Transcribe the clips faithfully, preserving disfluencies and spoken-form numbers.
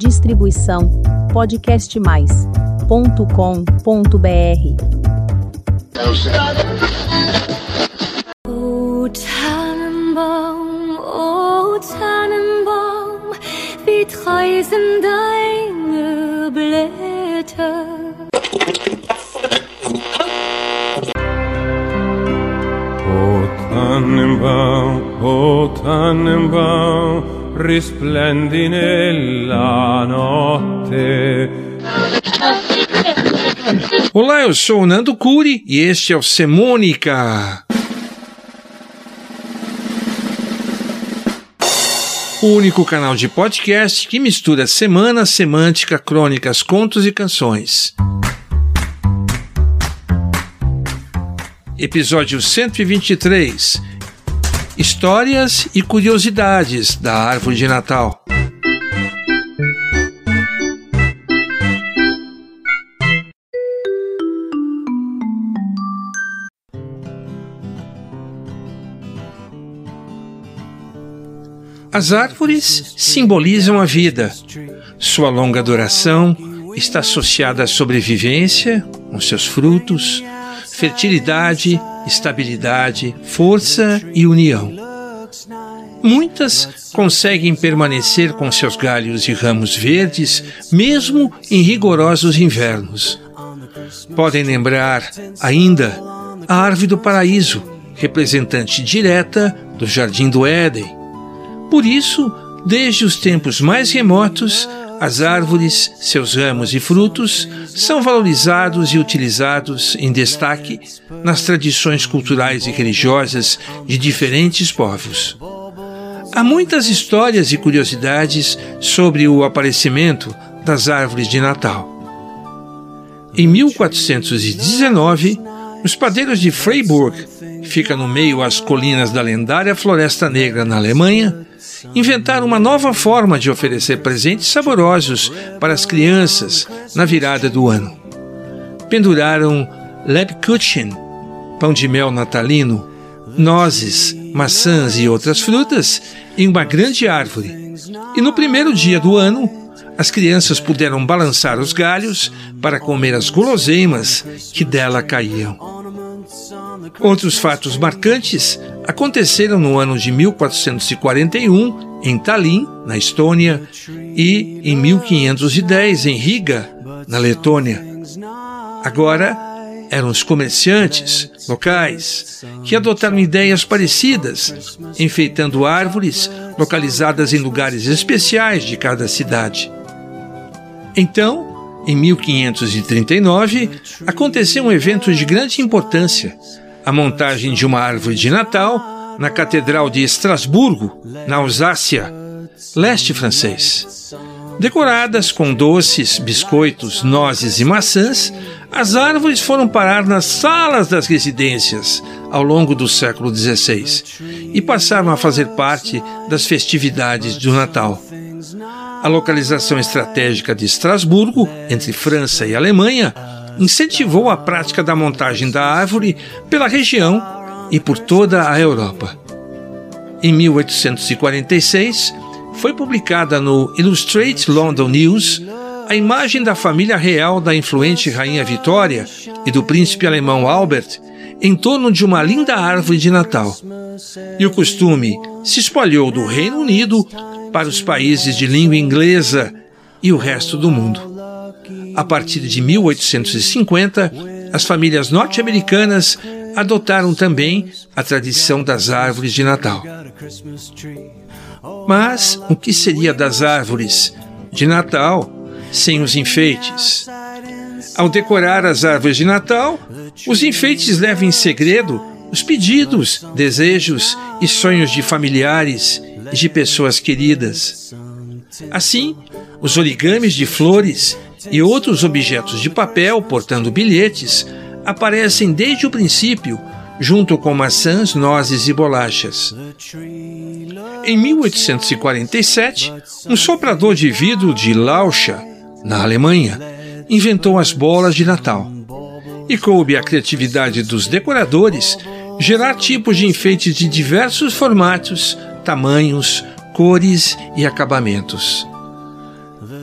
Distribuição podcast mais ponto com ponto b r. O Tannenbaum, o Tannenbaum, wie treu sind deine Blätter. O Tannenbaum, o Tannenbaum, risplendi nella notte. Olá, eu sou o Nando Curi e este é o Semônica. O único canal de podcast que mistura semana, semântica, crônicas, contos e canções. Episódio cento e vinte e três. Histórias e curiosidades da árvore de Natal. As árvores simbolizam a vida. Sua longa duração está associada à sobrevivência, com seus frutos, fertilidade, estabilidade, força e união. Muitas conseguem permanecer com seus galhos e ramos verdes, mesmo em rigorosos invernos. Podem lembrar, ainda, a árvore do paraíso, representante direta do Jardim do Éden. Por isso, desde os tempos mais remotos, as árvores, seus ramos e frutos são valorizados e utilizados em destaque nas tradições culturais e religiosas de diferentes povos. Há muitas histórias e curiosidades sobre o aparecimento das árvores de Natal. Em mil quatrocentos e dezenove, os padeiros de Freiburg, que fica no meio às colinas da lendária Floresta Negra na Alemanha, inventaram uma nova forma de oferecer presentes saborosos para as crianças na virada do ano. Penduraram Lebkuchen, pão de mel natalino, nozes, maçãs e outras frutas em uma grande árvore. E no primeiro dia do ano, as crianças puderam balançar os galhos para comer as guloseimas que dela caíam. Outros fatos marcantes aconteceram no ano de mil quatrocentos e quarenta e um, em Tallinn, na Estônia, e em mil quinhentos e dez, em Riga, na Letônia. Agora, eram os comerciantes locais que adotaram ideias parecidas, enfeitando árvores localizadas em lugares especiais de cada cidade. Então, em mil quinhentos e trinta e nove, aconteceu um evento de grande importância, a montagem de uma árvore de Natal na Catedral de Estrasburgo, na Alsácia, leste francês. Decoradas com doces, biscoitos, nozes e maçãs, as árvores foram parar nas salas das residências ao longo do século dezesseis e passaram a fazer parte das festividades do Natal. A localização estratégica de Estrasburgo, entre França e Alemanha, incentivou a prática da montagem da árvore pela região e por toda a Europa. Em mil oitocentos e quarenta e seis, foi publicada no Illustrated London News a imagem da família real da influente rainha Vitória e do príncipe alemão Albert em torno de uma linda árvore de Natal. E o costume se espalhou do Reino Unido para os países de língua inglesa e o resto do mundo. A partir de mil oitocentos e cinquenta, as famílias norte-americanas adotaram também a tradição das árvores de Natal. Mas o que seria das árvores de Natal sem os enfeites? Ao decorar as árvores de Natal, os enfeites levam em segredo os pedidos, desejos e sonhos de familiares e de pessoas queridas. Assim, os origamis de flores e outros objetos de papel portando bilhetes aparecem desde o princípio, junto com maçãs, nozes e bolachas. Em mil oitocentos e quarenta e sete, um soprador de vidro de Lauscha, na Alemanha, inventou as bolas de Natal. E coube à criatividade dos decoradores gerar tipos de enfeites de diversos formatos, tamanhos, cores e acabamentos.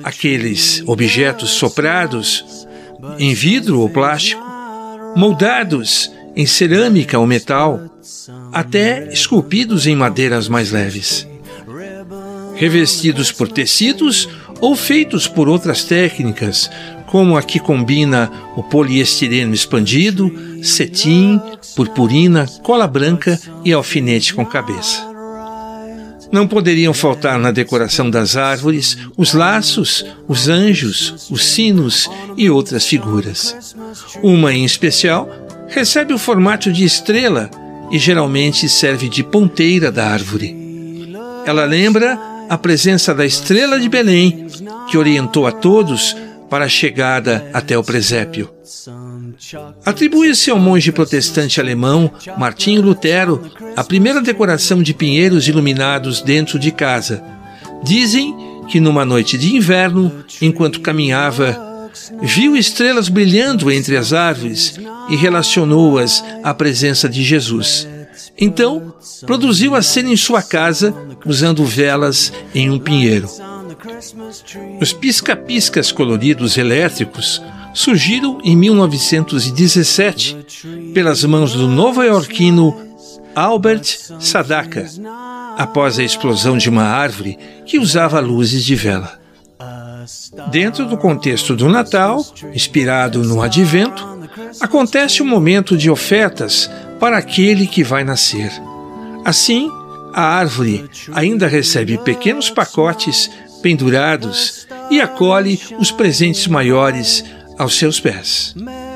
aqueles objetos soprados em vidro ou plástico, moldados em cerâmica ou metal, até esculpidos em madeiras mais leves, revestidos por tecidos ou feitos por outras técnicas, como a que combina o poliestireno expandido, cetim, purpurina, cola branca e alfinete com cabeça. Não poderiam faltar na decoração das árvores os laços, os anjos, os sinos e outras figuras. Uma em especial recebe o formato de estrela e geralmente serve de ponteira da árvore. Ela lembra a presença da estrela de Belém, que orientou a todos para a chegada até o presépio. Atribui-se ao monge protestante alemão Martinho Lutero a primeira decoração de pinheiros iluminados dentro de casa. Dizem que numa noite de inverno, enquanto caminhava, viu estrelas brilhando entre as árvores e relacionou-as à presença de Jesus. Então, produziu a cena em sua casa, usando velas em um pinheiro. Os pisca-piscas coloridos elétricos surgiram em mil novecentos e dezessete pelas mãos do nova-iorquino Albert Sadaka, após a explosão de uma árvore que usava luzes de vela. Dentro do contexto do Natal, inspirado no Advento, acontece um momento de ofertas para aquele que vai nascer. Assim, a árvore ainda recebe pequenos pacotes pendurados e acolhe os presentes maiores aos seus pés.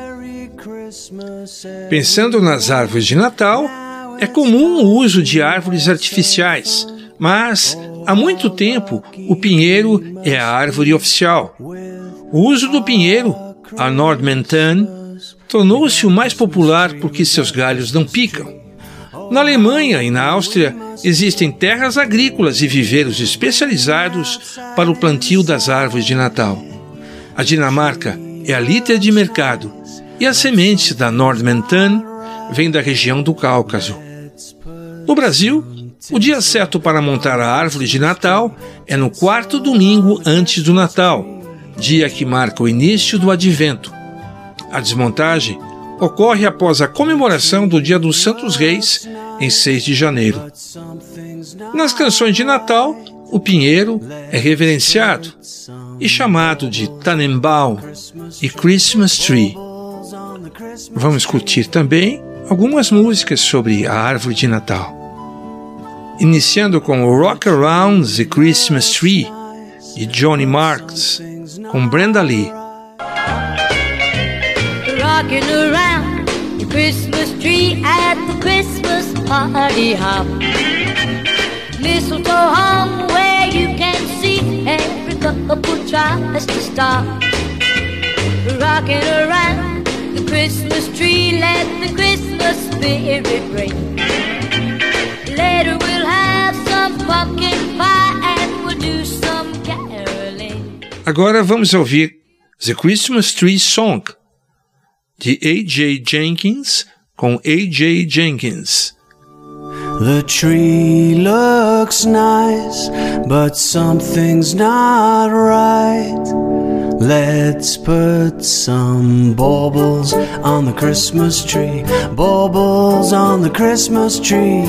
Pensando nas árvores de Natal, é comum o uso de árvores artificiais, mas há muito tempo o pinheiro é a árvore oficial. O uso do pinheiro, a Nordmantan, tornou-se o mais popular porque seus galhos não picam. Na Alemanha e na Áustria existem terras agrícolas e viveiros especializados para o plantio das árvores de Natal. A Dinamarca é a líder de mercado e as sementes da Nordmantan vêm da região do Cáucaso. No Brasil, o dia certo para montar a árvore de Natal é no quarto domingo antes do Natal, dia que marca o início do Advento. A desmontagem ocorre após a comemoração do Dia dos Santos Reis, em seis de janeiro. Nas canções de Natal, o pinheiro é reverenciado e chamado de Tannenbaum e Christmas Tree. Vamos curtir também algumas músicas sobre a árvore de Natal. Iniciando com o Rock Around the Christmas Tree, de Johnny Marks, com Brenda Lee. Rocking around the Christmas tree at the Christmas party hop. Mistletoe hung where you can see every couple tries to stop. Rocking around the Christmas tree, let the Christmas spirit ring. Later we'll have some pumpkin pie and we'll do some caroling. Agora vamos ouvir The Christmas Tree Song, de A J Jenkins, com A J Jenkins. The tree looks nice, but something's not right. Let's put some baubles on the Christmas tree, baubles on the Christmas tree.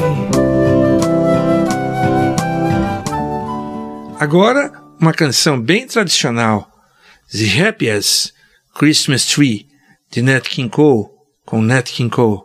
Agora, uma canção bem tradicional, The Happiest Christmas Tree, de Nat King Cole, com Nat King Cole.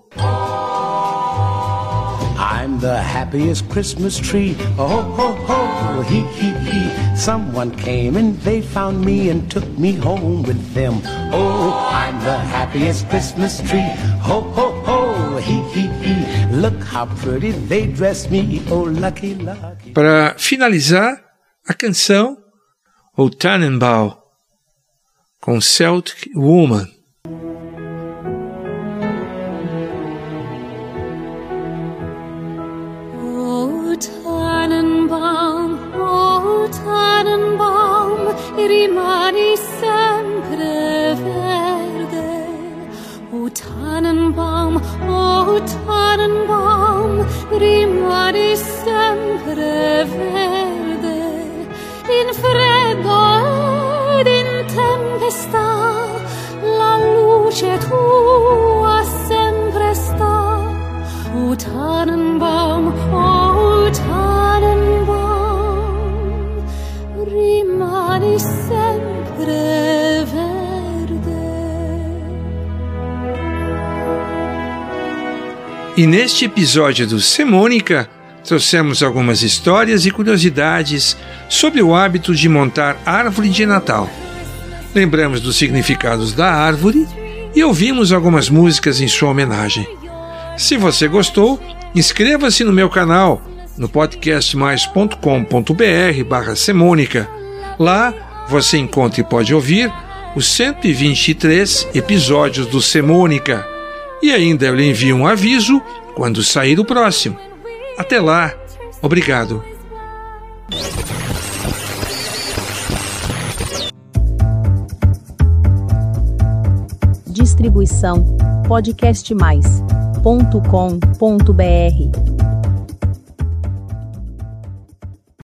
I'm the happiest Christmas tree, oh ho ho, he he he. Someone came and they found me and took me home with them. Oh, I'm the happiest Christmas tree, ho ho ho, he he he. Look how pretty they dress me, oh lucky lucky. Para finalizar, a canção O Tannenbaum, com Celtic Woman. Tannenbaum, oh Tannenbaum, rimani sempre verde. Oh Tannenbaum, oh Tannenbaum, rimani sempre verde. In freddo voce tua sempre sta, o Tannenbaum, o Tannenbaum, rimani sempre verde. E neste episódio do Semônica, trouxemos algumas histórias e curiosidades sobre o hábito de montar árvore de Natal. Lembramos dos significados da árvore e ouvimos algumas músicas em sua homenagem. Se você gostou, inscreva-se no meu canal no podcast mais ponto com ponto b r barra Semônica. Lá você encontra e pode ouvir os cento e vinte e três episódios do Semônica. E ainda eu lhe envio um aviso quando sair o próximo. Até lá. Obrigado. Distribuição podcast mais ponto com ponto b r